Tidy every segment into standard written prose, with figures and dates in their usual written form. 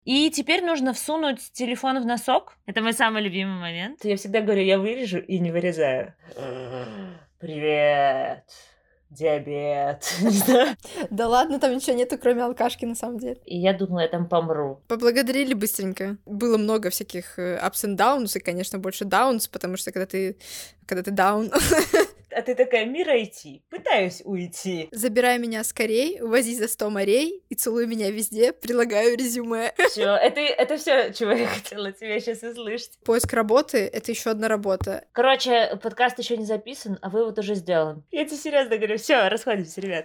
И теперь нужно всунуть телефон в носок. Это мой самый любимый момент. Я всегда говорю, я вырежу и не вырезаю. Привет. Диабет. Да ладно, там ничего нету, кроме алкашки, на самом деле. И я думала, я там помру. Поблагодарили быстренько. Было много всяких ups and downs, и, конечно, больше downs, потому что когда ты down... А ты такая, мира идти, пытаюсь уйти. Забирай меня скорей, увози за 100 морей и целуй меня везде, прилагаю резюме. Все, это все, чего я хотела тебе сейчас услышать. Поиск работы — это еще одна работа. Короче, подкаст еще не записан, а вывод уже сделан. Я тебе серьезно говорю, все, расходимся, ребят.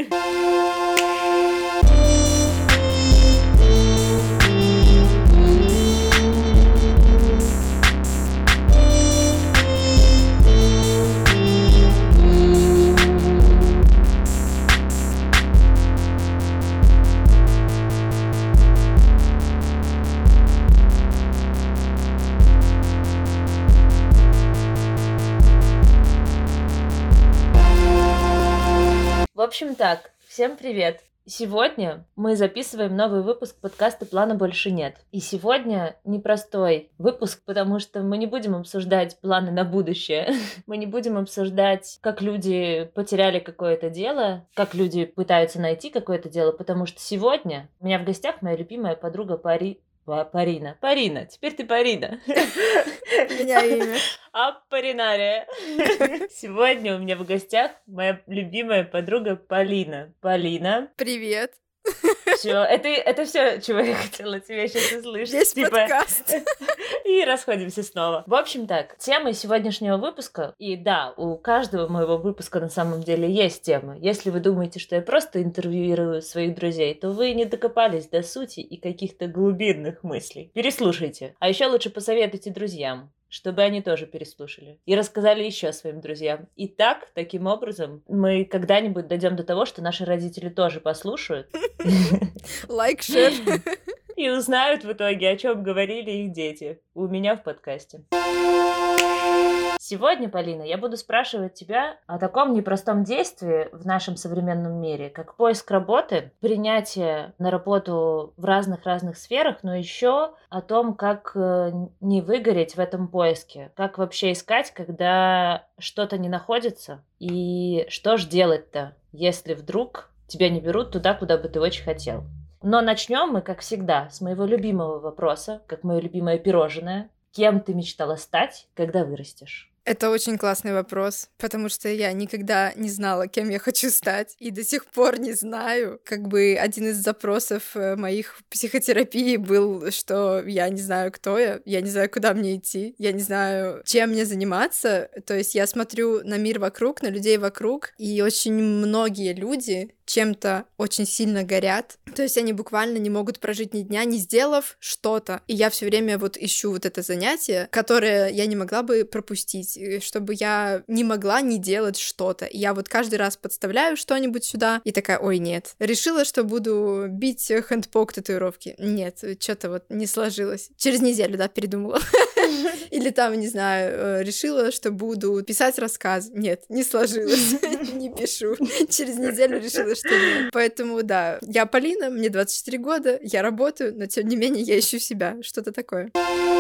В общем так, всем привет! Сегодня мы записываем новый выпуск подкаста «Плана больше нет». И сегодня непростой выпуск, потому что мы не будем обсуждать планы на будущее. Мы не будем обсуждать, как люди потеряли какое-то дело, как люди пытаются найти какое-то дело, потому что сегодня у меня в гостях моя любимая подруга Парина. Парина, теперь ты Парина. Меня имя. Апаринария. Сегодня у меня в гостях моя любимая подруга Полина. Полина. Привет. Все, это все, чего я хотела тебе сейчас услышать. Весь подкаст. И расходимся снова. В общем так, темы сегодняшнего выпуска, и да, у каждого моего выпуска на самом деле есть темы. Если вы думаете, что я просто интервьюирую своих друзей, то вы не докопались до сути и каких-то глубинных мыслей. Переслушайте. А еще лучше посоветуйте друзьям, чтобы они тоже переслушали и рассказали еще своим друзьям. И так, таким образом, мы когда-нибудь дойдем до того, что наши родители тоже послушают. Лайк, шер. И узнают в итоге, о чем говорили их дети у меня в подкасте. Сегодня, Полина, я буду спрашивать тебя о таком непростом действии в нашем современном мире, как поиск работы, принятие на работу в разных сферах, но еще о том, как не выгореть в этом поиске, как вообще искать, когда что-то не находится, и что ж делать-то, если вдруг тебя не берут туда, куда бы ты очень хотел. Но начнем мы, как всегда, с моего любимого вопроса, как мое любимое пирожное. Кем ты мечтала стать, когда вырастешь? Это очень классный вопрос, потому что я никогда не знала, кем я хочу стать, и до сих пор не знаю. Как бы один из запросов моих психотерапии был, что я не знаю, кто я не знаю, куда мне идти, я не знаю, чем мне заниматься. То есть я смотрю на мир вокруг, на людей вокруг, и очень многие люди чем-то очень сильно горят. То есть они буквально не могут прожить ни дня, не сделав что-то. И я все время вот ищу вот это занятие, которое я не могла бы пропустить, чтобы я не могла не делать что-то. И я вот каждый раз подставляю что-нибудь сюда и такая, ой, нет. Решила, что буду бить хэндпок татуировки. Нет, что-то вот не сложилось. Через неделю, да, передумала. Или там, не знаю, решила, что буду писать рассказ. Нет, не сложилось. Не пишу. Через неделю решила, что нет. Поэтому, да, я Полина, мне 24 года, я работаю, но тем не менее я ищу себя. Что-то такое.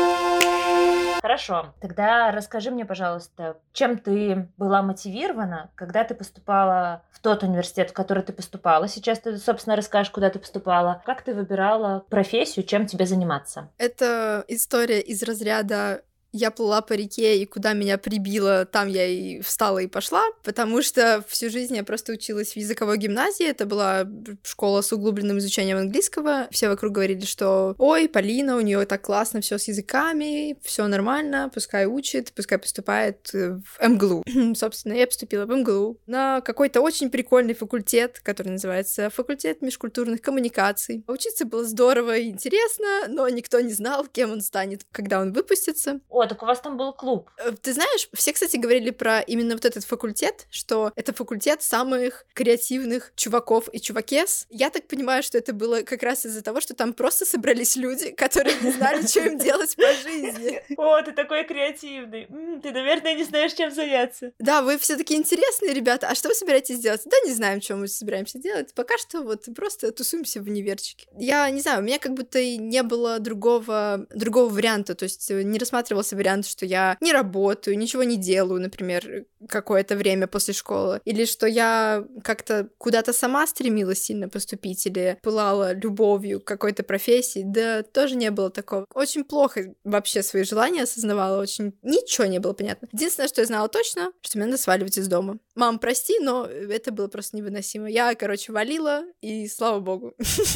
Хорошо. Тогда расскажи мне, пожалуйста, чем ты была мотивирована, когда ты поступала в тот университет, в который ты поступала? Сейчас ты, собственно, расскажешь, куда ты поступала. Как ты выбирала профессию, чем тебе заниматься? Это история из разряда «я плыла по реке, и куда меня прибило, там я и встала и пошла», потому что всю жизнь я просто училась в языковой гимназии, это была школа с углубленным изучением английского, все вокруг говорили, что «ой, Полина, у нее так классно все с языками, все нормально, пускай учит, пускай поступает в МГЛУ». Собственно, я поступила в МГЛУ на какой-то очень прикольный факультет, который называется факультет межкультурных коммуникаций. Учиться было здорово и интересно, но никто не знал, кем он станет, когда он выпустится. О, так у вас там был клуб. Ты знаешь, все, кстати, говорили про именно вот этот факультет, что это факультет самых креативных чуваков и чувакес. Я так понимаю, что это было как раз из-за того, что там просто собрались люди, которые не знали, что им делать по жизни. О, ты такой креативный. Ты, наверное, не знаешь, чем заняться. Да, вы все такие интересные, ребята. А что вы собираетесь делать? Да, не знаем, что мы собираемся делать. Пока что вот просто тусуемся в универчике. Я не знаю, у меня как будто и не было другого варианта. То есть не рассматривался вариант, что я не работаю, ничего не делаю, например, какое-то время после школы. Или что я как-то куда-то сама стремилась сильно поступить, или пылала любовью к какой-то профессии. Да, тоже не было такого. Очень плохо вообще свои желания осознавала, очень ничего не было понятно. Единственное, что я знала точно, что мне надо сваливать из дома. Мам, прости, но это было просто невыносимо. Я, валила, и слава богу.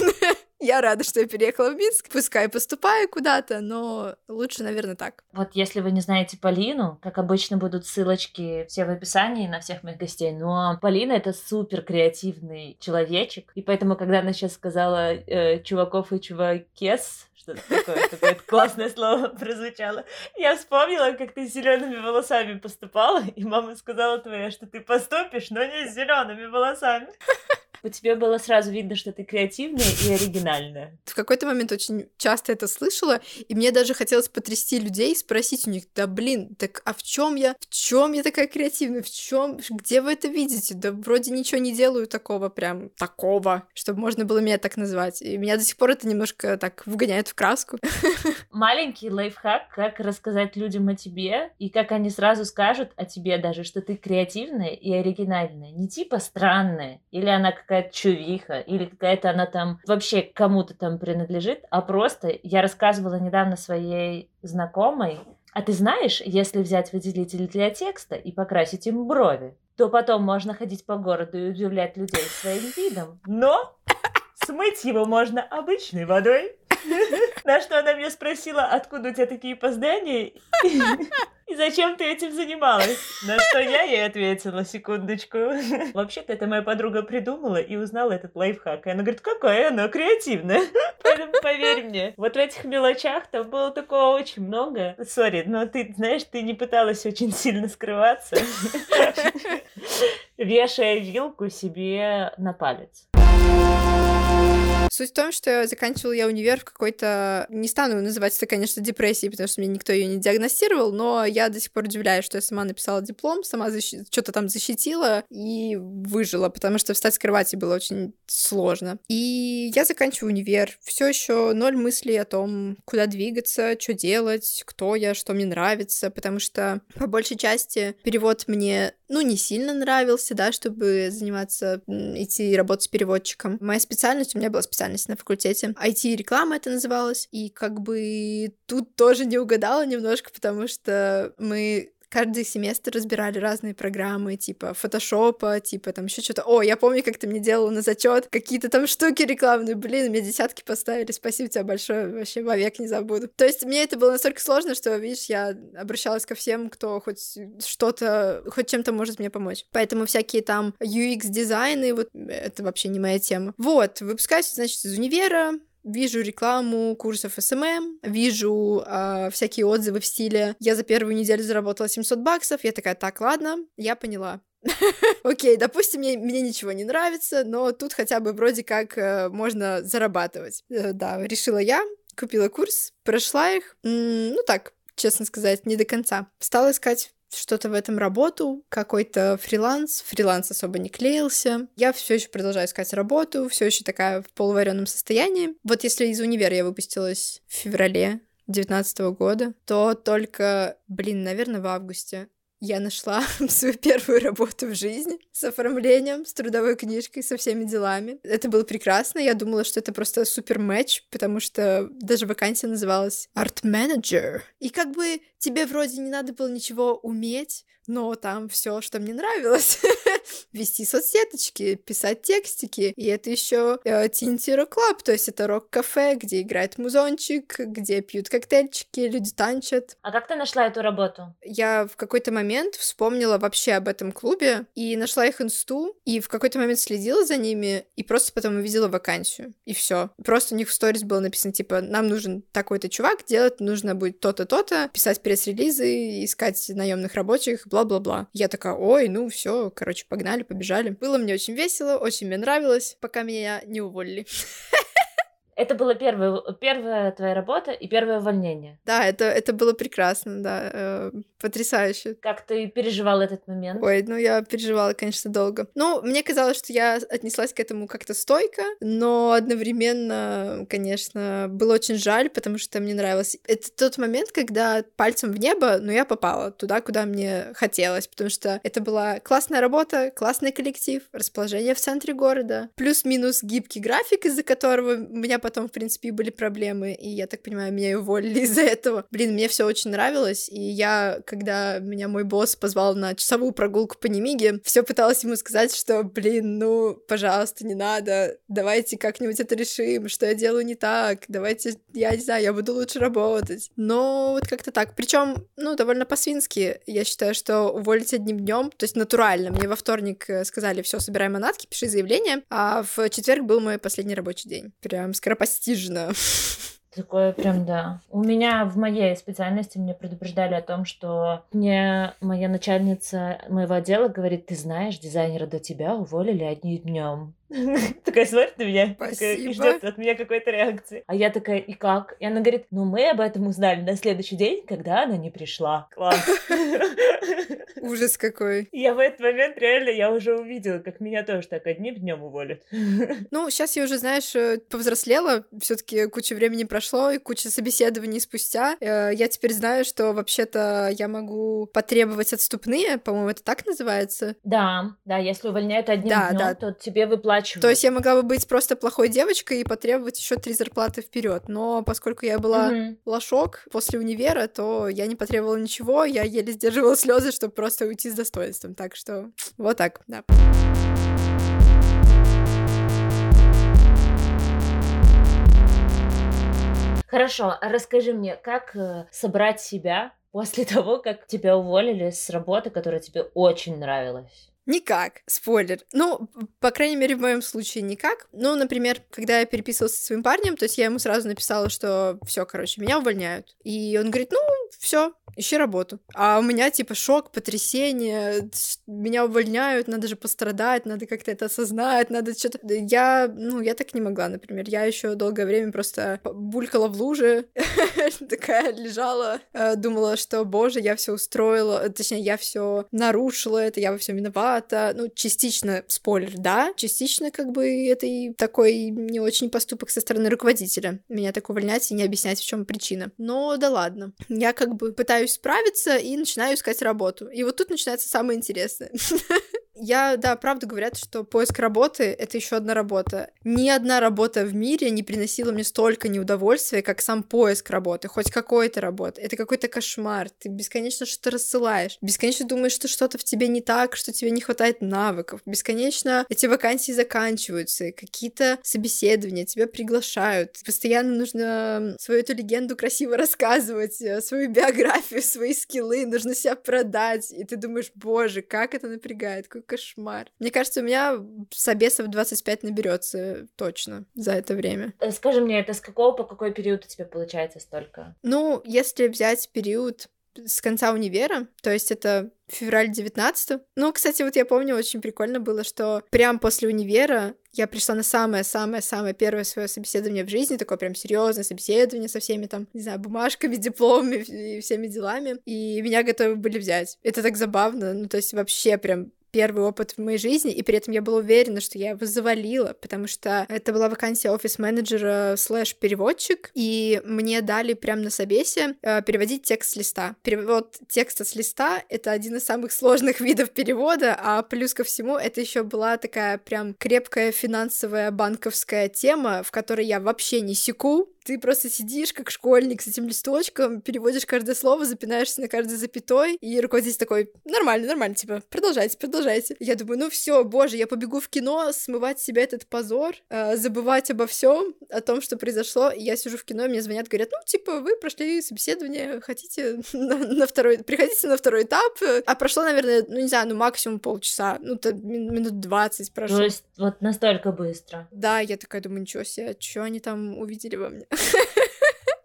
Я рада, что я переехала в Минск. Пускай поступаю куда-то, но лучше, наверное, так. Вот если вы не знаете Полину, как обычно будут ссылочки все в описании на всех моих гостей, но Полина — это супер креативный человечек, и поэтому, когда она сейчас сказала чуваков и чувакес, что-то такое, какое-то классное слово прозвучало, я вспомнила, как ты с зелеными волосами поступала, и мама сказала твоя, что ты поступишь, но не с зелеными волосами. По тебе было сразу видно, что ты креативная и оригинальная. В какой-то момент очень часто это слышала, и мне даже хотелось потрясти людей и спросить у них: да блин, так а в чем я такая креативная, где вы это видите? Да вроде ничего не делаю такого, чтобы можно было меня так назвать. И меня до сих пор это немножко так вгоняет в краску. Маленький лайфхак, как рассказать людям о тебе, и как они сразу скажут о тебе даже, что ты креативная и оригинальная. Не типа странная, или она какая-то чувиха, или какая-то она там вообще кому-то там принадлежит, а просто я рассказывала недавно своей знакомой, а ты знаешь, если взять выделитель для текста и покрасить им брови, то потом можно ходить по городу и удивлять людей своим видом, но смыть его можно обычной водой. На что она меня спросила, откуда у тебя такие познания и зачем ты этим занималась? На что я ей ответила, секундочку. Вообще-то это моя подруга придумала и узнала этот лайфхак. И она говорит, какая она креативная. Поэтому поверь мне, вот в этих мелочах там было такого очень много. Сори, но ты, знаешь, ты не пыталась очень сильно скрываться, вешая вилку себе на палец. Суть в том, что заканчивала я универ в какой-то... Не стану называть это, конечно, депрессией, потому что мне никто ее не диагностировал, но я до сих пор удивляюсь, что я сама написала диплом, сама что-то там защитила и выжила, потому что встать с кровати было очень сложно. И я заканчиваю универ, все еще ноль мыслей о том, куда двигаться, что делать, кто я, что мне нравится, потому что по большей части перевод мне, не сильно нравился, да, чтобы заниматься, идти работать с переводчиком. Моя специальность, у меня была специальность на факультете. IT-реклама это называлось. И тут тоже не угадала немножко, потому что мы каждый семестр разбирали разные программы, типа фотошопа, типа там еще что-то. Я помню, как ты мне делала на зачет какие-то там штуки рекламные. Блин, мне 10 поставили. Спасибо тебе большое, вообще вовек не забуду. То есть мне это было настолько сложно, что, видишь, я обращалась ко всем, кто хоть чем-то может мне помочь. Поэтому всякие там UX-дизайны, вот это вообще не моя тема. Вот, выпускаюсь, значит, из универа, вижу рекламу курсов СММ, вижу всякие отзывы в стиле «Я за первую неделю заработала $700», я такая, так, ладно, я поняла. Окей, допустим, мне ничего не нравится, но тут хотя бы вроде как можно зарабатывать. Да, решила я, купила курс, прошла их, так, честно сказать, не до конца. Стала искать что-то в этом работу, какой-то фриланс особо не клеился. Я все еще продолжаю искать работу, все еще такая в полуваренном состоянии. Вот если из универа я выпустилась в феврале 2019 года, то только, наверное, в августе я нашла свою первую работу в жизни с оформлением, с трудовой книжкой, со всеми делами. Это было прекрасно. Я думала, что это просто супер матч, потому что даже вакансия называлась арт-менеджер. И тебе вроде не надо было ничего уметь, но там все, что мне нравилось. Вести соцсеточки, писать текстики. И это еще Tinty Rock Club, то есть это рок-кафе, где играет музончик, где пьют коктейльчики, люди танчат. А как ты нашла эту работу? Я в какой-то момент вспомнила вообще об этом клубе и нашла их инсту, и в какой-то момент следила за ними, и просто потом увидела вакансию. И все. Просто у них в сторис было написано, типа, нам нужен такой-то чувак, делать нужно будет то-то, то-то, писать пресс-релизы, искать наемных рабочих, бла-бла-бла. Я такая, ой, ну все, короче, погнали, побежали. Было мне очень весело, очень мне нравилось, пока меня не уволили. Это была первая твоя работа и первое увольнение. Да, это было прекрасно, да, потрясающе. Как ты переживал этот момент? Ой, ну я переживала, конечно, долго. Ну, мне казалось, что я отнеслась к этому как-то стойко, но одновременно, конечно, было очень жаль, потому что мне нравилось. Это тот момент, когда пальцем в небо, но я попала туда, куда мне хотелось, потому что это была классная работа, классный коллектив, расположение в центре города, плюс-минус гибкий график, из-за которого у меня потом, в принципе, были проблемы, и я так понимаю, меня и уволили из-за этого. Блин, мне все очень нравилось, и я, когда меня мой босс позвал на часовую прогулку по Немиге, все пыталась ему сказать, что, блин, ну, пожалуйста, не надо, давайте как-нибудь это решим, что я делаю не так, давайте, я не знаю, я буду лучше работать. Но вот как-то так. Причем, ну, довольно по-свински. Я считаю, что уволить одним днем, то есть натурально. Мне во вторник сказали, все, собирай манатки, пиши заявление, а в четверг был мой последний рабочий день. Прям скоропостижно. Такое прям, да. У меня в моей специальности мне предупреждали о том, что мне моя начальница моего отдела говорит, ты знаешь, дизайнера до тебя уволили одним днем. Такая смотрит на меня, такая, и ждет от меня какой-то реакции. А я такая, и как? И она говорит, ну мы об этом узнали на следующий день, когда она не пришла. Класс. Ужас какой. Я в этот момент реально, я уже увидела, как меня тоже так одним днем уволят. Ну, сейчас я уже, знаешь, повзрослела, все-таки куча времени прошло, и куча собеседований спустя. Я теперь знаю, что вообще-то я могу потребовать отступные, по-моему, это так называется? Да, если увольняют одним днем, то тебе выплачивают. То есть я могла бы быть просто плохой девочкой и потребовать еще 3 зарплаты вперед. Но поскольку я была лошок после универа, то я не потребовала ничего, я еле сдерживала слезы, чтобы просто уйти с достоинством. Так что вот так, да. Хорошо, а расскажи мне, как собрать себя после того, как тебя уволили с работы, которая тебе очень нравилась? Никак, спойлер. Ну, по крайней мере, в моем случае никак. Ну, например, когда я переписывалась со своим парнем, то есть я ему сразу написала, что все, короче, меня увольняют. И он говорит, ну, все, ищи работу. А у меня типа шок, потрясение, меня увольняют, надо же пострадать, надо как-то это осознать, надо что-то... Я так не могла, например. Я еще долгое время просто булькала в луже, такая лежала, думала, что, боже, я все устроила, точнее, я все нарушила, это я во всем виновата. Ну, частично, спойлер, да, частично как бы это и такой не очень поступок со стороны руководителя. Меня так увольнять и не объяснять, в чем причина. Но да ладно. Я как бы пытаюсь справиться и начинаю искать работу. И вот тут начинается самое интересное. Да, правда говорят, что поиск работы — это еще одна работа. Ни одна работа в мире не приносила мне столько неудовольствия, как сам поиск работы, хоть какой-то работы. Это какой-то кошмар. Ты бесконечно что-то рассылаешь, бесконечно думаешь, что что-то в тебе не так, что тебе не хватает навыков, бесконечно эти вакансии заканчиваются, какие-то собеседования, тебя приглашают. Постоянно нужно свою эту легенду красиво рассказывать, свою биографию, свои скиллы, нужно себя продать, и ты думаешь, боже, как это напрягает, какой кошмар. Мне кажется, у меня собесов 25 наберется точно за это время. Скажи мне, это с какого по какой период у тебя получается столько? Ну, если взять период с конца универа, то есть это февраль 19. Ну, кстати, вот я помню, очень прикольно было, что прям после универа я пришла на самое-самое-самое первое свое собеседование в жизни, такое прям серьезное собеседование со всеми там, не знаю, бумажками, дипломами и всеми делами, и меня готовы были взять. Это так забавно, ну, то есть вообще прям первый опыт в моей жизни, и при этом я была уверена, что я его завалила, потому что это была вакансия офис-менеджера / переводчик, и мне дали прямо на собесе переводить текст с листа. Перевод текста с листа — это один из самых сложных видов перевода, а плюс ко всему это еще была такая прям крепкая финансовая банковская тема, в которой я вообще не секу. Ты просто сидишь как школьник с этим листочком, переводишь каждое слово, запинаешься на каждой запятой, и руководитель такой: нормально, типа, продолжайте. Я думаю, ну все, боже, я побегу в кино, смывать с себя этот позор, забывать обо всем, о том, что произошло, и я сижу в кино, мне звонят, говорят, ну, типа, вы прошли собеседование, хотите приходите на второй этап, а прошло, наверное, ну, не знаю, максимум полчаса, минут 20 прошло. То есть вот настолько быстро? Да, я такая думаю, ничего себе, что они там увидели во мне? Ну,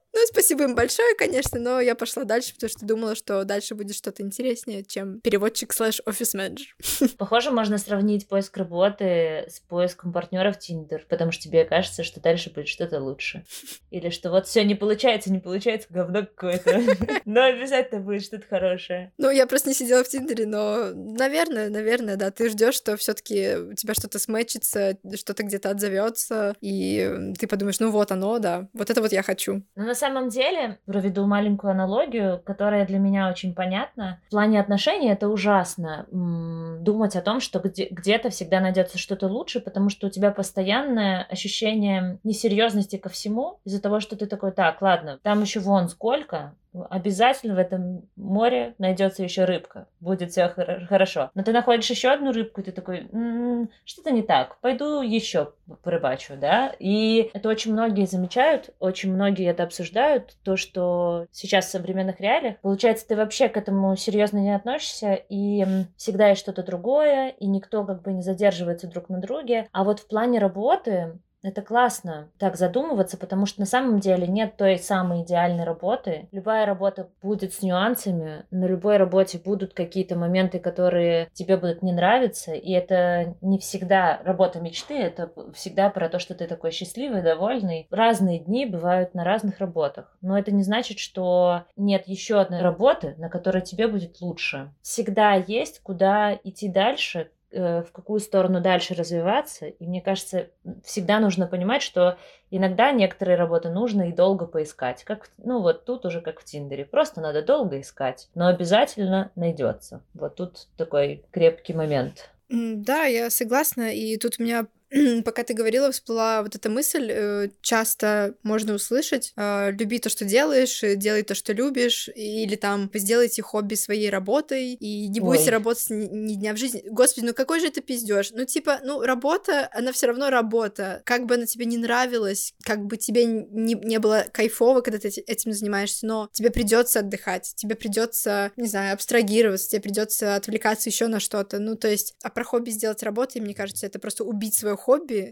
спасибо им большое, конечно, но я пошла дальше, потому что думала, что дальше будет что-то интереснее, чем переводчик / офис-менеджер. Похоже, можно сравнить поиск работы с поиском партнера в Tinder, потому что тебе кажется, что дальше будет что-то лучше. Или что вот все не получается, говно какое-то. Но обязательно будет что-то хорошее. Ну, я просто не сидела в Тиндере, но, наверное, да, ты ждешь, что все-таки у тебя что-то сметчится, что-то где-то отзовется, и ты подумаешь, ну вот оно, да, вот это вот я хочу. Но на самом деле, проведу маленькую аналогию, которая для меня очень понятна. В плане отношений это ужасно. Думать о том, что где-то всегда найдется что-то лучше, потому что у тебя постоянное ощущение несерьезности ко всему из-за того, что ты такой, так, ладно, там еще вон сколько, обязательно в этом море найдется еще рыбка, будет все хорошо. Но ты находишь еще одну рыбку, и ты такой, что-то не так, пойду еще порыбачу, да? И это очень многие замечают, очень многие это обсуждают, то, что сейчас в современных реалиях, получается, ты вообще к этому серьезно не относишься, и всегда есть что-то другое, и никто как бы не задерживается друг на друге. А вот в плане работы это классно так задумываться, потому что на самом деле нет той самой идеальной работы. Любая работа будет с нюансами, на любой работе будут какие-то моменты, которые тебе будут не нравиться, и это не всегда работа мечты, это всегда про то, что ты такой счастливый, довольный. Разные дни бывают на разных работах, но это не значит, что нет еще одной работы, на которой тебе будет лучше. Всегда есть куда идти дальше, в какую сторону дальше развиваться. И мне кажется, всегда нужно понимать, что иногда некоторые работы нужно и долго поискать. Как, ну вот тут уже как в Тиндере. Просто надо долго искать, но обязательно найдется. Вот тут такой крепкий момент. Да, я согласна. И тут у меня пока ты говорила, всплыла вот эта мысль, часто можно услышать: люби то, что делаешь, делай то, что любишь, или там сделайте хобби своей работой, и не бойся работать ни дня в жизни. Господи, ну какой же это пиздёж? Ну типа, ну работа, она все равно работа. Как бы она тебе не нравилась, как бы тебе не было кайфово, когда ты этим занимаешься, но тебе придется отдыхать, тебе придется, не знаю, абстрагироваться, тебе придется отвлекаться еще на что-то. Ну то есть, а про хобби сделать работой, мне кажется, это просто убить свое хобби.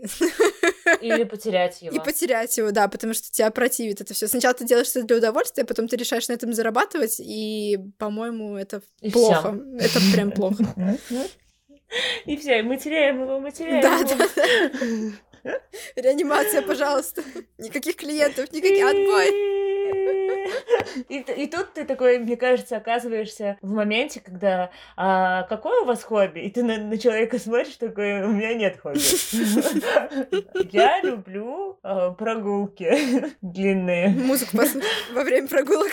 Или потерять его. И потерять его, да, потому что тебя противит это все. Сначала ты делаешь это для удовольствия, потом ты решаешь на этом зарабатывать, и, по-моему, это плохо. Всё. Это прям плохо. И все, мы теряем его. Да. Реанимация, пожалуйста. Никаких клиентов, никаких отбой. И тут ты такой, мне кажется, оказываешься в моменте, когда какое у вас хобби? И ты на человека смотришь, такой, у меня нет хобби. Я люблю прогулки длинные. Музыку послушать во время прогулок.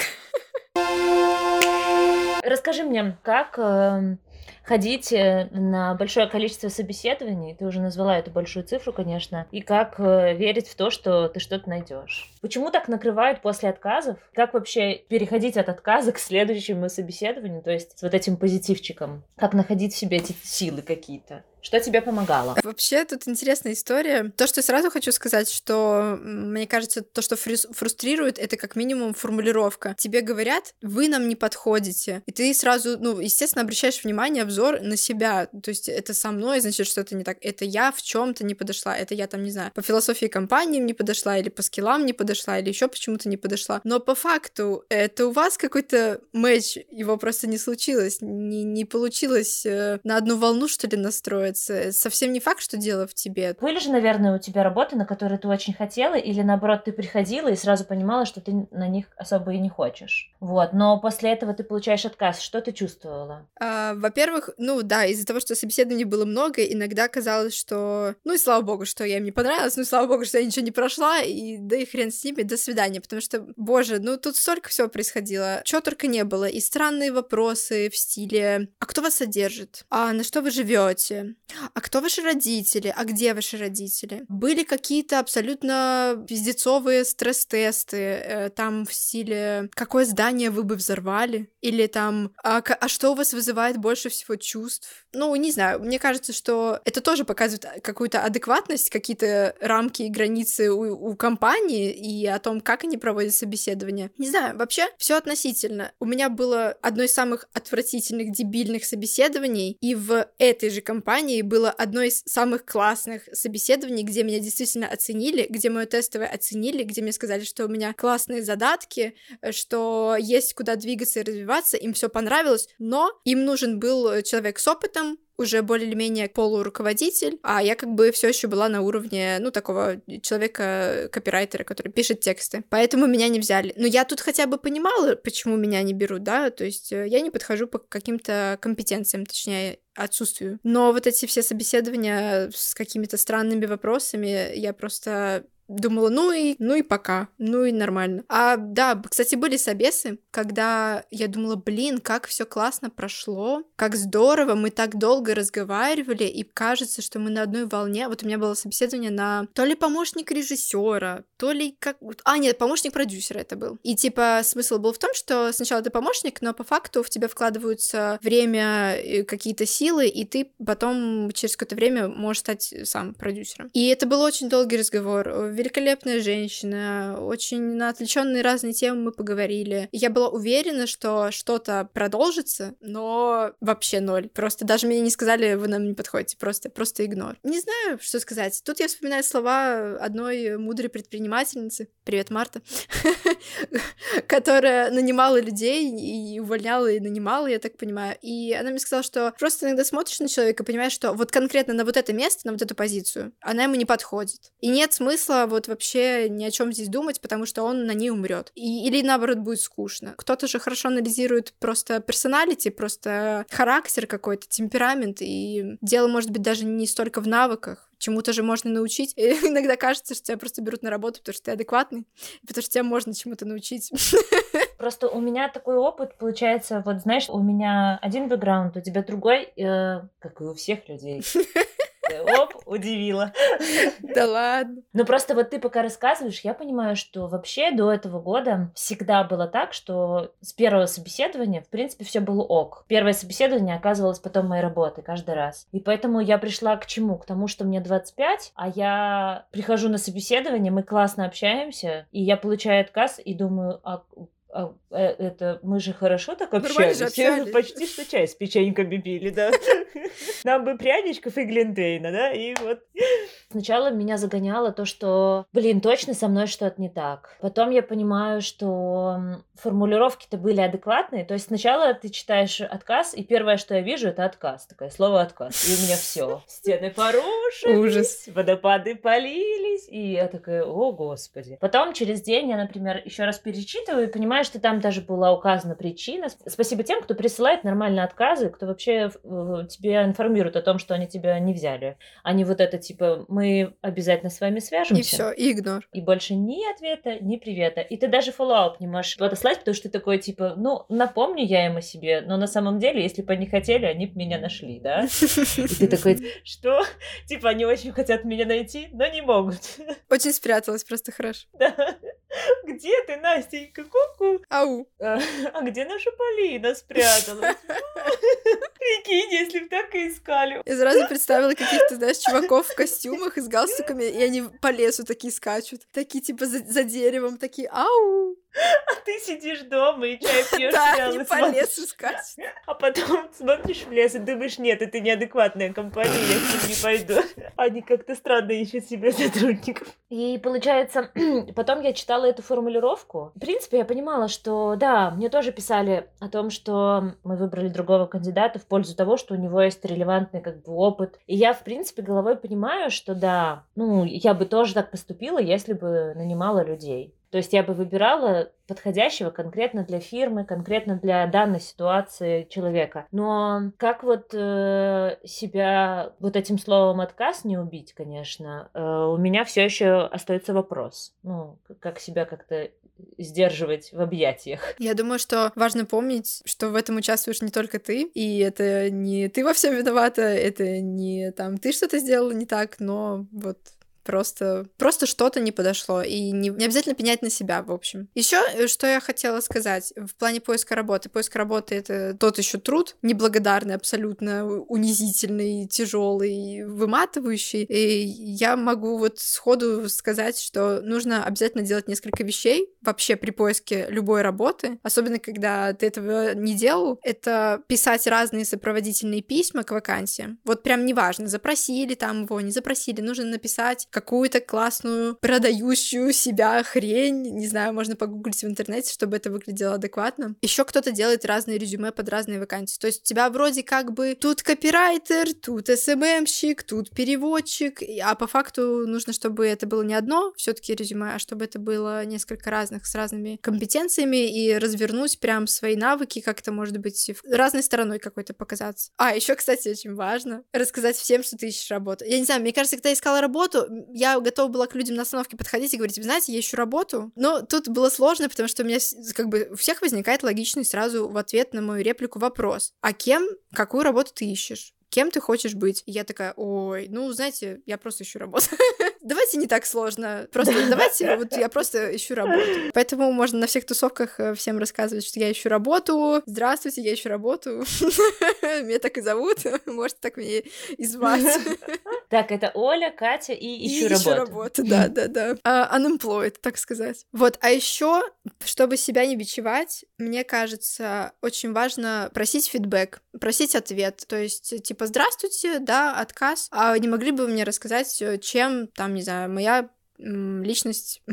Расскажи мне, как ходить на большое количество собеседований, ты уже назвала эту большую цифру, конечно, и как верить в то, что ты что-то найдешь. Почему так накрывает после отказов? Как вообще переходить от отказа к следующему собеседованию, то есть с вот этим позитивчиком? Как находить в себе эти силы какие-то? Что тебе помогало? Вообще, тут интересная история. То, что я сразу хочу сказать, что, мне кажется, то, что фрустрирует, это как минимум формулировка. Тебе говорят, вы нам не подходите. И ты сразу, ну, естественно, обращаешь внимание, взор на себя. То есть это со мной, значит, что-то не так. Это я в чем то не подошла. Это я там, не знаю, по философии компании не подошла, или по скиллам не подошла, или еще почему-то не подошла. Но по факту это у вас какой-то матч, его просто не случилось. Не получилось на одну волну, что ли, настроить. Совсем не факт, что дело в тебе. Были же, наверное, у тебя работы, на которые ты очень хотела, или наоборот, ты приходила и сразу понимала, что ты на них особо и не хочешь. Вот. Но после этого ты получаешь отказ. Что ты чувствовала? Во-первых, ну да, из-за того, что собеседований было много, иногда казалось, что ну и слава богу, что я им не понравилась, ну и слава богу, что я ничего не прошла, и да и хрен с ними, до свидания. Потому что, боже, ну тут столько всего происходило. Чего только не было. И странные вопросы в стиле: а кто вас содержит? А на что вы живете? А кто ваши родители? А где ваши родители? Были какие-то абсолютно пиздецовые стресс-тесты, там в стиле: какое здание вы бы взорвали? Или там: а что у вас вызывает больше всего чувств? Ну, не знаю, мне кажется, что это тоже показывает какую-то адекватность, какие-то рамки и границы у компании и о том, как они проводят собеседование. Не знаю, вообще все относительно. У меня было одно из самых отвратительных, дебильных собеседований, и в этой же компании и было одно из самых классных собеседований, где меня действительно оценили, где мое тестовое оценили, где мне сказали, что у меня классные задатки, что есть куда двигаться и развиваться, им все понравилось, но им нужен был человек с опытом, уже более-менее полуруководитель, а я как бы все еще была на уровне, ну, такого человека-копирайтера, который пишет тексты. Поэтому меня не взяли. Но я тут хотя бы понимала, почему меня не берут, да, то есть я не подхожу по каким-то компетенциям, точнее, отсутствию. Но вот эти все собеседования с какими-то странными вопросами, я просто думала, ну и пока, ну и нормально. А да, кстати, были собесы, когда я думала, блин, как все классно прошло, как здорово, мы так долго разговаривали, и кажется, что мы на одной волне. Вот у меня было собеседование на то ли помощник режиссера, то ли как... нет, помощник продюсера это был. И типа смысл был в том, что сначала ты помощник, но по факту в тебя вкладываются время, какие-то силы, и ты потом через какое-то время можешь стать сам продюсером. И это был очень долгий разговор. Великолепная женщина, очень на отвлеченные разные темы мы поговорили. Я была уверена, что что-то продолжится, но вообще ноль. Просто даже мне не сказали, вы нам не подходите, просто игнор. Не знаю, что сказать. Тут я вспоминаю слова одной мудрой предпринимательницы, привет, Марта, которая нанимала людей и увольняла, и нанимала, я так понимаю. И она мне сказала, что просто иногда смотришь на человека и понимаешь, что вот конкретно на вот это место, на вот эту позицию, она ему не подходит. И нет смысла вот вообще ни о чем здесь думать, потому что он на ней умрет. Или наоборот будет скучно. Кто-то же хорошо анализирует просто персоналити, просто характер какой-то, темперамент, и дело может быть даже не столько в навыках, чему-то же можно научить. И иногда кажется, что тебя просто берут на работу, потому что ты адекватный, потому что тебя можно чему-то научить. Просто у меня такой опыт, получается, вот знаешь, у меня один бэкграунд, у тебя другой, как и у всех людей. Оп, удивила. Да ладно. Ну просто вот ты пока рассказываешь, я понимаю, что вообще до этого года всегда было так, что с первого собеседования, в принципе, все было ок. Первое собеседование оказывалось потом моей работой каждый раз. И поэтому я пришла к чему? К тому, что мне 25, а я прихожу на собеседование, мы классно общаемся, и я получаю отказ и думаю, это мы же хорошо так общались. Почти что чай с печеньками пили, да. Нам бы пряничков и глинтвейна, да, и вот. Сначала меня загоняло то, что, точно со мной что-то не так. Потом я понимаю, что формулировки-то были адекватные. То есть сначала ты читаешь отказ, и первое, что я вижу, это отказ. Такое слово отказ. И у меня все. Стены порушились, ужас. Водопады полились. И я такая, о, господи. Потом через день я, например, еще раз перечитываю и понимаю, что там даже была указана причина. Спасибо тем, кто присылает нормальные отказы, кто вообще тебя информирует о том, что они тебя не взяли. А не вот это типа, мы обязательно с вами свяжемся. И все, и игнор. И больше ни ответа, ни привета. И ты даже фоллоуап не можешь отослать, потому что ты такой, типа, напомню я им о себе, но на самом деле, если бы они хотели, они бы меня нашли, да? И ты такой, что? Типа, они очень хотят меня найти, но не могут. Очень спряталась, просто хорошо. Да. Где ты, Настенька? Ку-ку. Ау. А где наша Полина спряталась? Прикинь, если бы так и искали. Я сразу представила каких-то, знаешь, чуваков в костюмах и с галстуками, и они по лесу такие скачут. Такие, типа, за деревом, такие, ау. А ты сидишь дома и чай пьешь. Да, они по лесу скачут. А потом смотришь в лес и думаешь, нет, это неадекватная компания, я с ним не пойду. Они как-то странно ищут себе сотрудников. И получается, потом я читала эту формулировку. В принципе, я понимала, что да, мне тоже писали о том, что мы выбрали другого кандидата в пользу того, что у него есть релевантный опыт. И я, в принципе, головой понимаю, что да, я бы тоже так поступила, если бы нанимала людей. То есть я бы выбирала подходящего конкретно для фирмы, конкретно для данной ситуации человека. Но как себя этим словом отказ не убить, конечно, у меня все еще остается вопрос. Как себя как-то сдерживать в объятиях. Я думаю, что важно помнить, что в этом участвуешь не только ты, и это не ты во всем виновата, это не ты что-то сделала не так, но Просто что-то не подошло, и не обязательно пенять на себя, в общем. Еще, что я хотела сказать в плане поиска работы. Поиск работы — это тот еще труд, неблагодарный, абсолютно унизительный, тяжелый, выматывающий. И я могу вот сходу сказать, что нужно обязательно делать несколько вещей вообще при поиске любой работы, особенно когда ты этого не делал. Это писать разные сопроводительные письма к вакансиям. Вот прям неважно, запросили там его, не запросили, нужно написать какую-то классную, продающую себя хрень. Не знаю, можно погуглить в интернете, чтобы это выглядело адекватно. Еще кто-то делает разные резюме под разные вакансии. То есть у тебя вроде как бы тут копирайтер, тут СММщик, тут переводчик, а по факту нужно, чтобы это было не одно все-таки резюме, а чтобы это было несколько разных с разными компетенциями и развернуть прям свои навыки, как-то, может быть, разной стороной какой-то показаться. А, еще, кстати, очень важно рассказать всем, что ты ищешь работу. Я не знаю, мне кажется, когда я искала работу, я готова была к людям на остановке подходить и говорить: вы знаете, я ищу работу. Но тут было сложно, потому что у меня как бы у всех возникает логичный сразу в ответ на мою реплику вопрос: а кем, какую работу ты ищешь? Кем ты хочешь быть? И я такая: ой, ну, знаете, я просто ищу работу. Давайте не так сложно. Просто давайте, вот я просто ищу работу. Поэтому можно на всех тусовках всем рассказывать, что я ищу работу. Здравствуйте, я ищу работу. Меня так и зовут. Можете так меня и звать. Так, это Оля, Катя и ищу работу. Ищу работу, да. Unemployed, так сказать. Вот, а еще, чтобы себя не бичевать, мне кажется, очень важно просить фидбэк, просить ответ. То есть, типа: здравствуйте, да, отказ. А не могли бы вы мне рассказать, чем, там, не знаю, моя личность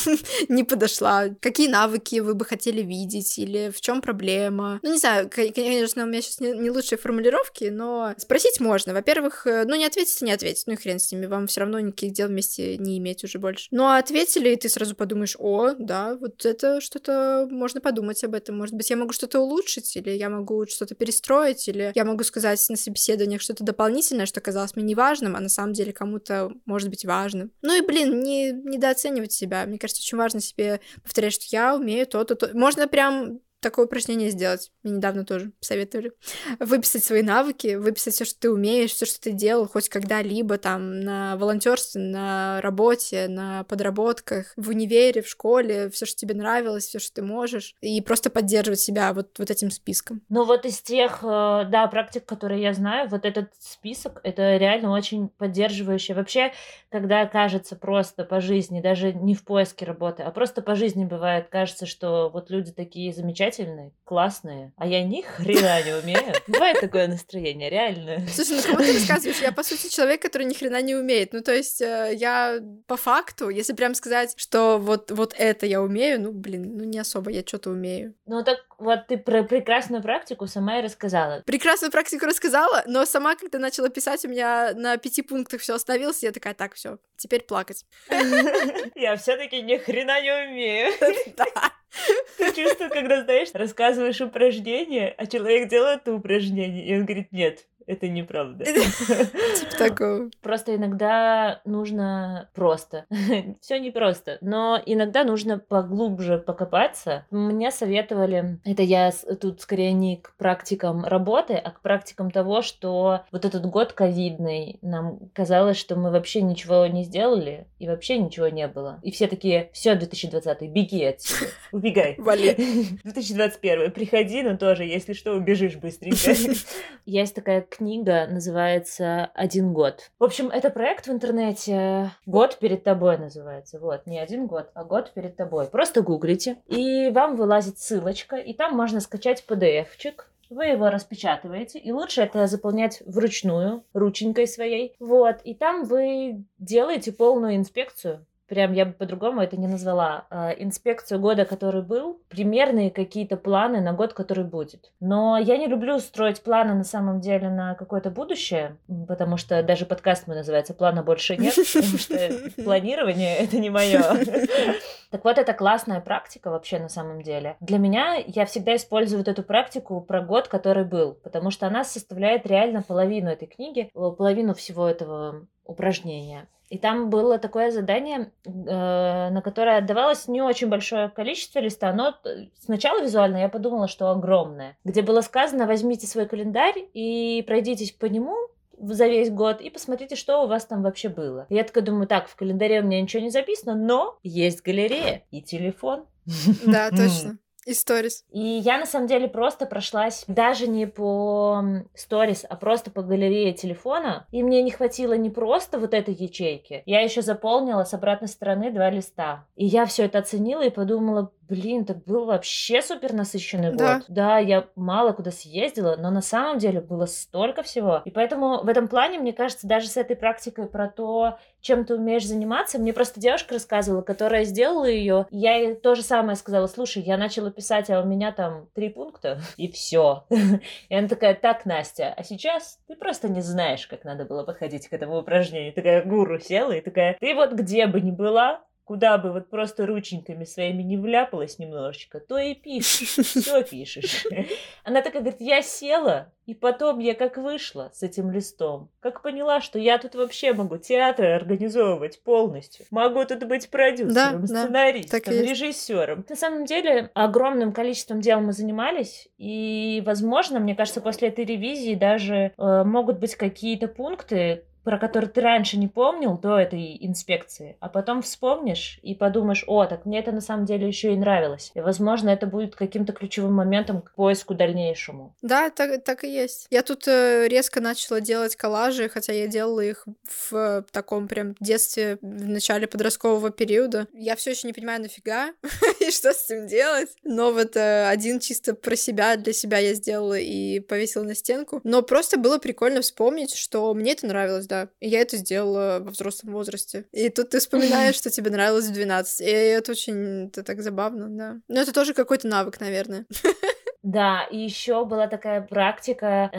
не подошла, какие навыки вы бы хотели видеть, или в чем проблема. Ну, не знаю, конечно, у меня сейчас не лучшие формулировки, но спросить можно. Во-первых, ну, не ответить, ну и хрен с ними, вам все равно никаких дел вместе не иметь уже больше. Ну, а ответили, и ты сразу подумаешь: о, да, вот это что-то, можно подумать об этом, может быть, я могу что-то улучшить, или я могу что-то перестроить, или я могу сказать на собеседованиях что-то дополнительное, что казалось мне неважным, а на самом деле кому-то может быть важным. Ну и, блин, не недооценивать себя. Мне кажется, очень важно себе повторять, что я умею то-то, то. Можно прям такое упражнение сделать. Мне недавно тоже советовали. Выписать свои навыки, выписать все, что ты умеешь, все, что ты делал хоть когда-либо там на волонтерстве, на работе, на подработках, в универе, в школе, все, что тебе нравилось, все, что ты можешь, и просто поддерживать себя вот этим списком. Ну вот из тех, да, практик, которые я знаю, вот этот список, это реально очень поддерживающее. Вообще, когда кажется просто по жизни, даже не в поиске работы, а просто по жизни бывает, кажется, что вот люди такие замечательные, классные, а я ни хрена не умею. Бывает такое настроение, реально. Слушай, ну кому ты рассказываешь? Я, по сути, человек, который ни хрена не умеет. Ну, то есть, я по факту, если прям сказать, что вот это я умею, ну, блин, ну, не особо я что-то умею. Ну, так вот ты про прекрасную практику сама и рассказала. Прекрасную практику рассказала, но сама, когда начала писать, у меня на 5 пунктах все остановилось, и я такая: так, все, теперь плакать. Я все-таки ни хрена не умею. Ты чувствуешь, когда, знаешь, рассказываешь упражнение, а человек делает это упражнение, и он говорит: нет, это неправда. Типа такого. Просто иногда нужно просто. Все непросто. Но иногда нужно поглубже покопаться. Мне советовали, это я тут скорее не к практикам работы, а к практикам того, что вот этот год ковидный, нам казалось, что мы вообще ничего не сделали, и вообще ничего не было. И все такие: все, 2020, беги отсюда, убегай. Вали. 2021, приходи, но тоже, если что, убежишь быстренько. Есть такая книга, называется «Один год». В общем, это проект в интернете. «Год перед тобой» называется. Вот, не один год, а год перед тобой. Просто гуглите, и вам вылазит ссылочка, и там можно скачать PDF-чик. Вы его распечатываете, и лучше это заполнять вручную, рученькой своей. Вот, и там вы делаете полную инспекцию. Прям я бы по-другому это не назвала. Инспекцию года, который был, примерные какие-то планы на год, который будет. Но я не люблю строить планы на самом деле на какое-то будущее, потому что даже подкаст мой называется «Плана больше нет», потому что планирование — это не мое. Так вот, это классная практика вообще на самом деле. Для меня я всегда использую вот эту практику про год, который был, потому что она составляет реально половину этой книги, половину всего этого упражнения. И там было такое задание, на которое отдавалось не очень большое количество листа, но сначала визуально я подумала, что огромное, где было сказано: возьмите свой календарь и пройдитесь по нему за весь год и посмотрите, что у вас там вообще было. И я такая думаю, так, в календаре у меня ничего не записано, но есть галерея и телефон. Да, точно. И сторис. И я, на самом деле, просто прошлась даже не по сторис, а просто по галерее телефона. И мне не хватило не просто вот этой ячейки. Я еще заполнила с обратной стороны 2 листа. И я все это оценила и подумала, блин, так был вообще супер насыщенный год. Да, я мало куда съездила, но на самом деле было столько всего. И поэтому в этом плане, мне кажется, даже с этой практикой про то, чем ты умеешь заниматься, мне просто девушка рассказывала, которая сделала ее. Я ей то же самое сказала, слушай, я начала писать, а у меня там 3 пункта, и все. И она такая, так, Настя, а сейчас ты просто не знаешь, как надо было подходить к этому упражнению. Такая гуру села и такая, ты вот где бы ни была, куда бы вот просто рученьками своими не вляпалась немножечко, то и пишешь, все пишешь. Она такая говорит, я села, и потом я как вышла с этим листом, как поняла, что я тут вообще могу театры организовывать полностью, могу тут быть продюсером, сценаристом, режиссером. На самом деле, огромным количеством дел мы занимались, и, возможно, мне кажется, после этой ревизии даже могут быть какие-то пункты, про который ты раньше не помнил до этой инспекции, а потом вспомнишь и подумаешь, о, так мне это на самом деле еще и нравилось. И, возможно, это будет каким-то ключевым моментом к поиску дальнейшему. Да, так и есть. Я тут резко начала делать коллажи, хотя я делала их в таком прям детстве, в начале подросткового периода. Я все еще не понимаю, нафига и что с этим делать. Но вот один чисто про себя, для себя я сделала и повесила на стенку. Но просто было прикольно вспомнить, что мне это нравилось, да. И я это сделала во взрослом возрасте. И тут ты вспоминаешь, что тебе нравилось в 12. И это очень так забавно, да. Но это тоже какой-то навык, наверное. Да, и еще была такая практика,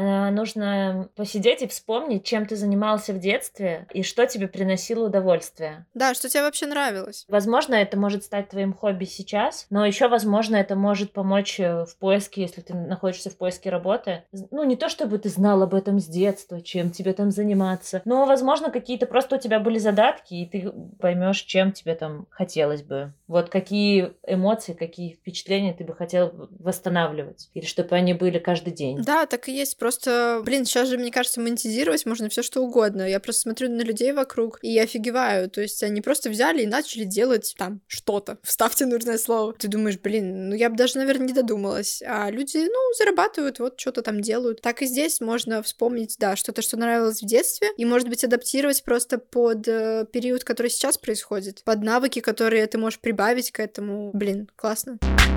нужно посидеть и вспомнить, чем ты занимался в детстве и что тебе приносило удовольствие. Да, что тебе вообще нравилось. Возможно, это может стать твоим хобби сейчас, но еще, возможно, это может помочь в поиске, если ты находишься в поиске работы. Ну, не то, чтобы ты знал об этом с детства, чем тебе там заниматься, но, возможно, какие-то просто у тебя были задатки, и ты поймешь, чем тебе там хотелось бы. Вот какие эмоции, какие впечатления ты бы хотел восстанавливать. Или чтобы они были каждый день. Да, так и есть. Просто, сейчас же, мне кажется, монетизировать можно все что угодно. Я просто смотрю на людей вокруг и офигеваю. То есть они просто взяли и начали делать там что-то. Вставьте нужное слово. Ты думаешь, я бы даже, наверное, не додумалась. А люди, зарабатывают, вот что-то там делают. Так и здесь можно вспомнить, да, что-то, что нравилось в детстве, и, может быть, адаптировать просто под период, который сейчас происходит, под навыки, которые ты можешь прибавить к этому. Классно.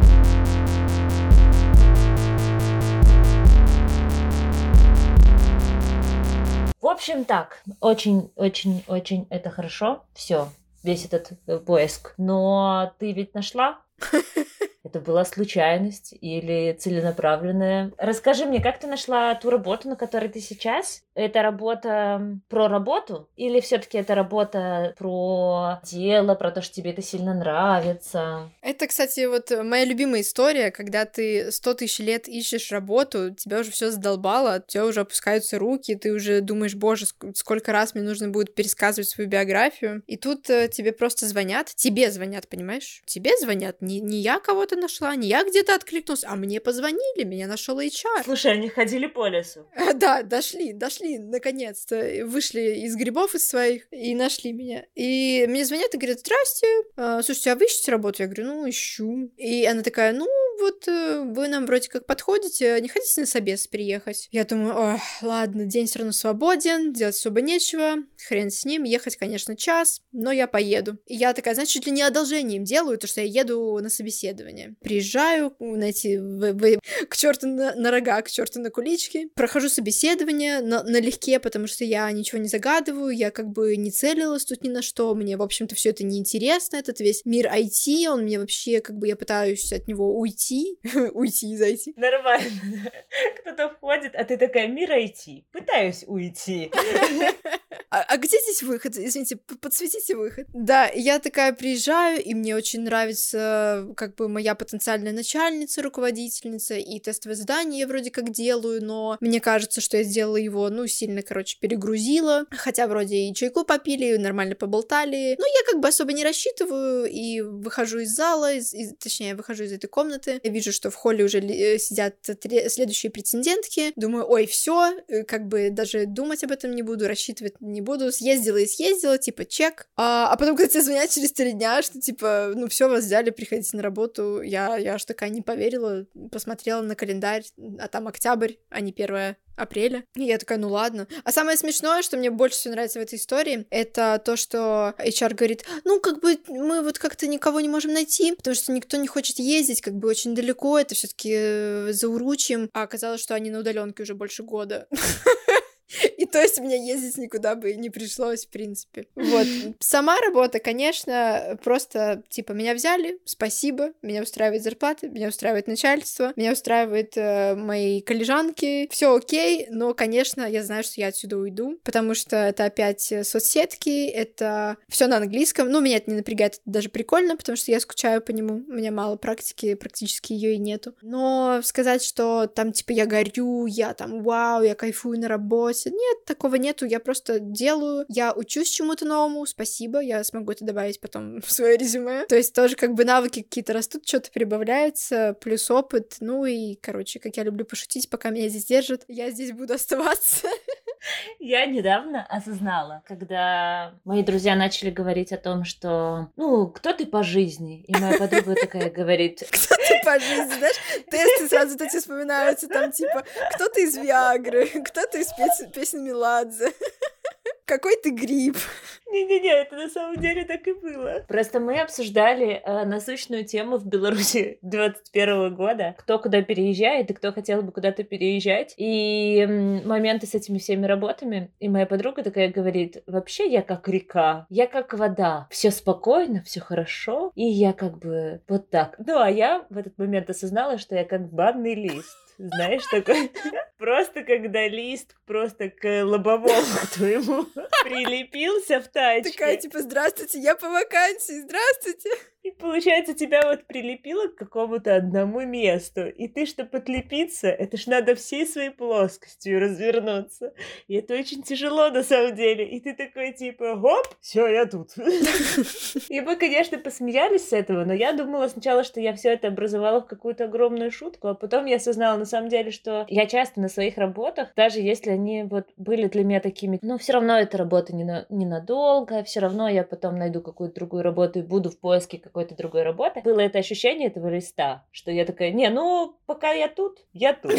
В общем, так, очень-очень-очень это хорошо, все, весь этот поиск. Но ты ведь нашла? Это была случайность или целенаправленная? Расскажи мне, как ты нашла ту работу, на которой ты сейчас? Это работа про работу? Или все-таки это работа про дело, про то, что тебе это сильно нравится? Это, кстати, вот моя любимая история, когда ты 100 тысяч лет ищешь работу, тебя уже все задолбало, у тебя уже опускаются руки, ты уже думаешь, боже, сколько раз мне нужно будет пересказывать свою биографию. И тут тебе просто звонят, понимаешь? Тебе звонят, не я кого-то нашла, не я где-то откликнулась, а мне позвонили, меня нашел HR. Слушай, они ходили по лесу. Да, дошли, наконец-то, вышли из грибов из своих и нашли меня. И мне звонят и говорят, здрасте, слушайте, а вы ищете работу? Я говорю, ищу. И она такая, вот вы нам вроде как подходите, не хотите на собес приехать? Я думаю, ладно, день все равно свободен, делать особо нечего, хрен с ним, ехать, конечно, час, но я поеду. И я такая, значит, чуть ли не одолжение им делаю, то, что я еду на собеседование. Приезжаю, к черту на рога, к черту на кулички, прохожу собеседование налегке, потому что я ничего не загадываю, я как бы не целилась тут ни на что, мне, в общем-то, все это неинтересно, этот весь мир IT, он мне вообще, как бы я пытаюсь от него уйти и зайти. Нормально. Кто-то входит, а ты такая, мир IT, пытаюсь уйти. А где здесь выход? Извините, подсветите выход. Да, я такая приезжаю, и мне очень нравится как бы моя потенциальная начальница, руководительница, и тестовое задание я вроде как делаю, но мне кажется, что я сделала его, сильно, перегрузила, хотя вроде и чайку попили, и нормально поболтали, но я как бы особо не рассчитываю, и выхожу из зала, точнее, выхожу из этой комнаты, я вижу, что в холле уже сидят следующие претендентки, думаю, ой, все, как бы даже думать об этом не буду, рассчитывать не буду, съездила, типа, чек, а потом, когда тебе звонят через 3 дня, что, типа, все, вас взяли, приходите на работу, я аж такая не поверила, посмотрела на календарь, а там октябрь, а не 1 апреля. И я такая, ладно. А самое смешное, что мне больше всего нравится в этой истории, это то, что HR говорит, как бы мы вот как-то никого не можем найти, потому что никто не хочет ездить, как бы очень далеко, это все-таки за Уручьем, а оказалось, что они на удаленке уже больше года. И то есть мне ездить никуда бы и не пришлось, в принципе. Вот. Сама работа, конечно, просто, типа, меня взяли, спасибо, меня устраивает зарплата, меня устраивает начальство, меня устраивают мои коллежанки, все окей, но, конечно, я знаю, что я отсюда уйду, потому что это опять соцсетки, это все на английском, меня это не напрягает, это даже прикольно, потому что я скучаю по нему, у меня мало практики, практически ее и нету. Но сказать, что там, типа, я горю, я там, вау, я кайфую на работе, нет, такого нету, я просто делаю, я учусь чему-то новому, спасибо, я смогу это добавить потом в свое резюме. То есть тоже как бы навыки какие-то растут, что-то прибавляется, плюс опыт, и, как я люблю пошутить, пока меня здесь держат, я здесь буду оставаться. Я недавно осознала, когда мои друзья начали говорить о том, что, кто ты по жизни? И моя подруга такая говорит... Кто ты по жизни, знаешь? Тесты сразу эти вспоминаются, там типа, кто ты из Виагры, кто ты из песни Меладзе. Какой ты гриб? Не-не-не, это на самом деле так и было. Просто мы обсуждали насущную тему в Беларуси 21 года. Кто куда переезжает и кто хотел бы куда-то переезжать. И моменты с этими всеми работами. И моя подруга такая говорит, вообще я как река, я как вода. Все спокойно, все хорошо. И я как бы вот так. А я в этот момент осознала, что я как банный лист. Знаешь, такой... Просто когда лист просто к лобовому твоему прилепился в тачке. Такая, типа, здравствуйте, я по вакансии, здравствуйте. И получается, тебя вот прилепило к какому-то одному месту. И ты, чтобы отлепиться, это ж надо всей своей плоскостью развернуться. И это очень тяжело на самом деле. И ты такой, типа, хоп, все, я тут. И мы, конечно, посмеялись с этого, но я думала сначала, что я все это образовала в какую-то огромную шутку, а потом я осознала на самом деле, что я часто на своих работах, даже если они вот были для меня такими, все равно эта работа ненадолго, все равно я потом найду какую-то другую работу и буду в поиске какой-то другой работы. Было это ощущение этого листа, что я такая, пока я тут, я тут.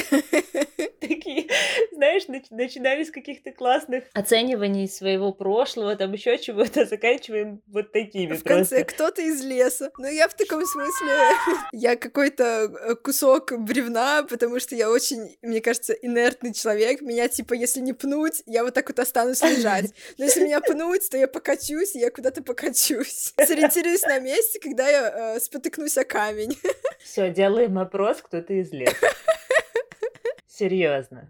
Такие, знаешь, начинали с каких-то классных оцениваний своего прошлого, там еще чего-то, заканчиваем вот такими. В конце кто-то из леса. Я в таком смысле, я какой-то кусок бревна, потому что я очень, мне кажется, инертный человек. Меня, типа, если не пнуть, я вот так вот останусь лежать. Но если меня пнуть, то я покачусь, и я куда-то покачусь. Сориентируюсь на месте, когда я спотыкнусь о камень. Все, делаем опрос, кто-то из леса. Серьезно.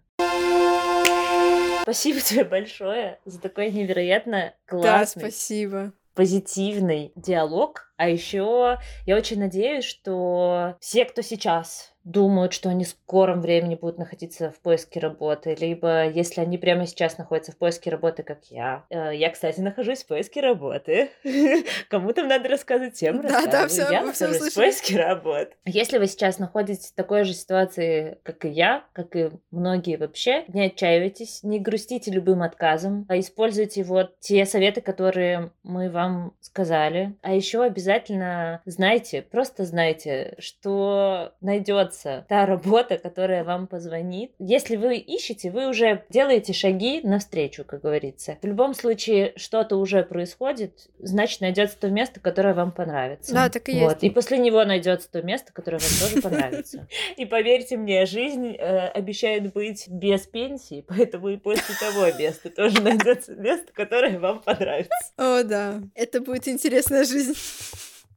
Спасибо тебе большое за такой невероятно классный, да, спасибо, позитивный диалог. А еще я очень надеюсь, что все, кто сейчас думают, что они в скором времени будут находиться в поиске работы, либо если они прямо сейчас находятся в поиске работы, как я. Я, кстати, нахожусь в поиске работы. Кому-то надо рассказывать, всем рассказываю. Я нахожусь в поиске работы. Если вы сейчас находитесь в такой же ситуации, как и я, как и многие вообще, не отчаивайтесь, не грустите любым отказом, а используйте вот те советы, которые мы вам сказали. А еще обязательно знайте, просто знайте, что найдется та работа, которая вам позвонит. Если вы ищете, вы уже делаете шаги навстречу, как говорится. В любом случае, что-то уже происходит, значит, найдется то место, которое вам понравится. Да, так и есть. И после него найдется то место, которое вам тоже понравится. И поверьте мне, жизнь обещает быть без пенсии, поэтому и после того места тоже найдется место, которое вам понравится. О, да. Это будет интересная жизнь.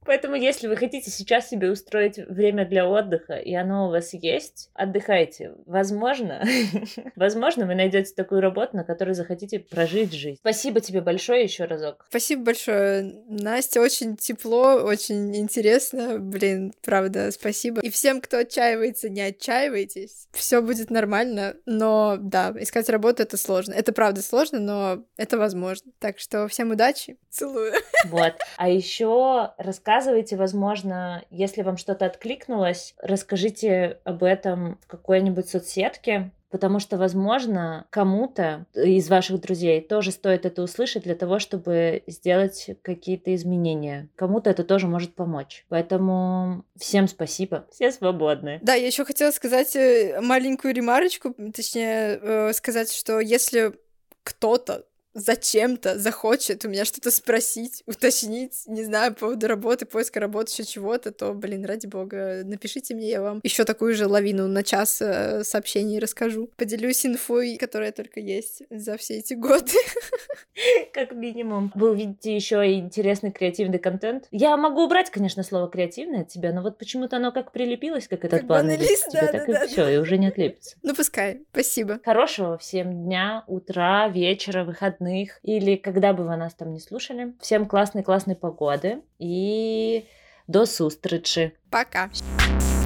Поэтому, если вы хотите сейчас себе устроить время для отдыха, и оно у вас есть, отдыхайте. Возможно, возможно, вы найдете такую работу, на которой захотите прожить жизнь. Спасибо тебе большое еще разок. Спасибо большое, Настя. Очень тепло, очень интересно. Блин, правда, спасибо. И всем, кто отчаивается, не отчаивайтесь. Все будет нормально. Но да, искать работу — это сложно. Это правда сложно, но это возможно. Так что всем удачи. Целую. Вот. А еще рассказывайте, возможно, если вам что-то откликнулось, расскажите об этом в какой-нибудь соцсетке, потому что, возможно, кому-то из ваших друзей тоже стоит это услышать для того, чтобы сделать какие-то изменения. Кому-то это тоже может помочь. Поэтому всем спасибо. Все свободны. Да, я еще хотела сказать маленькую ремарочку, точнее, сказать, что если кто-то зачем-то захочет у меня что-то спросить, уточнить, не знаю, по поводу работы, поиска работы, еще чего-то, то, блин, ради бога, напишите мне, я вам еще такую же лавину на час сообщений расскажу. Поделюсь инфой, которая только есть за все эти годы. Как минимум. Вы увидите еще и интересный креативный контент. Я могу убрать, конечно, слово креативное от тебя, но вот почему-то оно как прилепилось, как этот банный лист к тебе, так и все, и уже не отлепится. Ну, пускай. Спасибо. Хорошего всем дня, утра, вечера, выходных, или когда бы вы нас там не слушали. Всем классной погоды и до встречи. Пока.